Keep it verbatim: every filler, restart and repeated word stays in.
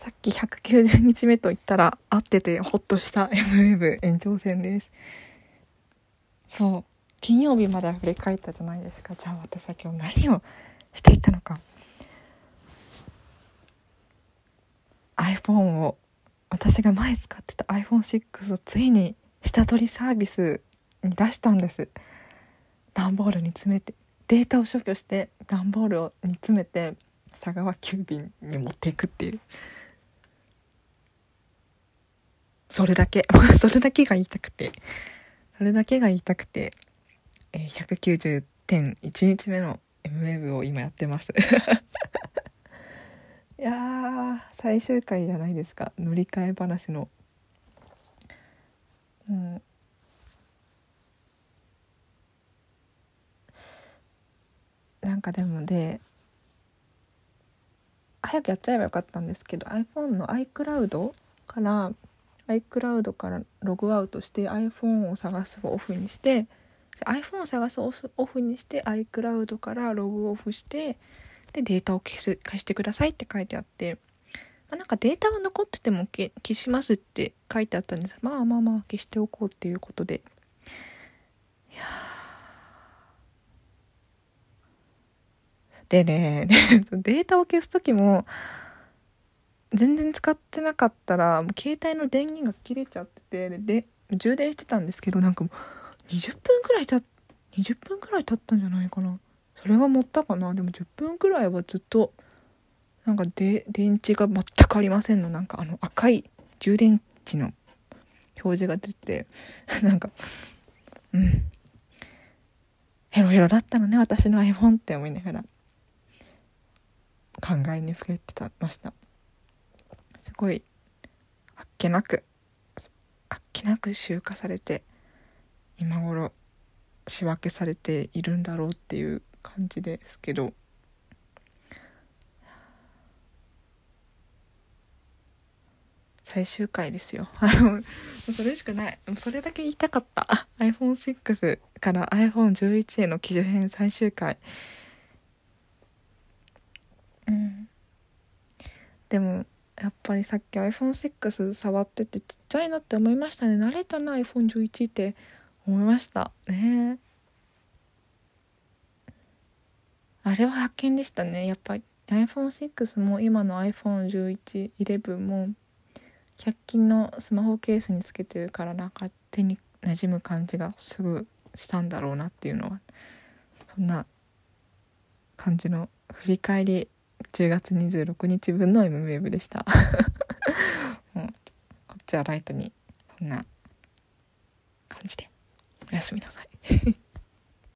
さっきひゃくきゅうじゅうにちめと言ったら合っててホッとした エムウェーブ 延長戦です。そう金曜日まで振り返ったじゃないですか。じゃあ私は今日何をしていったのか。 iPhone を私が前使ってた アイフォンシックス をついに下取りサービスに出したんです。段ボールに詰めてデータを消去して段ボールをに詰めて佐川急便に持っていくっていう、それだけそれだけが言いたくてそれだけが言いたくて、えー、ひゃくきゅうじゅうてんいちにちめの エムウェーブ を今やってますいやー最終回じゃないですか。乗り換え話のもうなんかでもで早くやっちゃえばよかったんですけど iPhone の iCloud から iCloud からログアウトして iPhone を探すをオフにして iPhone を探すをオフにして iCloud からログオフしてでデータを消す消してくださいって書いてあって、まあ、なんかデータは残ってても消しますって書いてあったんです。まあまあまあ消しておこうっていうことで、いやでねデータを消すときも全然使ってなかったらもう携帯の電源が切れちゃっててでで充電してたんですけど、なんかもうにじゅっぷんくらいたにじゅっぷんくらい経ったんじゃないかな。それは持ったかな。でもじゅっぷんくらいはずっとなんかで電池が全くありませんのなんかあの赤い充電器の表示が出てなんかうんヘロヘロだったのね私の iPhone って思いながら考えにふけてたました。すごいあっけなくあっけなく集荷されて今頃仕分けされているんだろうっていう感じですけど、最終回ですよそれしかない。それだけ言いたかった。 アイフォンシックス から アイフォンじゅういち への機種変最終回。うんでもやっぱりさっき アイフォンシックス 触っててちっちゃいなって思いましたね。慣れたな アイフォンじゅういち って思いましたね。あれは発見でしたね。やっぱり アイフォンシックス も今の アイフォンじゅういち、じゅういちもひゃく均のスマホケースにつけてるからなんか手に馴染む感じがすぐしたんだろうなっていうのはそんな感じの振り返りじゅうがつにじゅうろくにちぶんの エムウェーブ でしたもうこっちはライトにそんな感じでおやすみなさい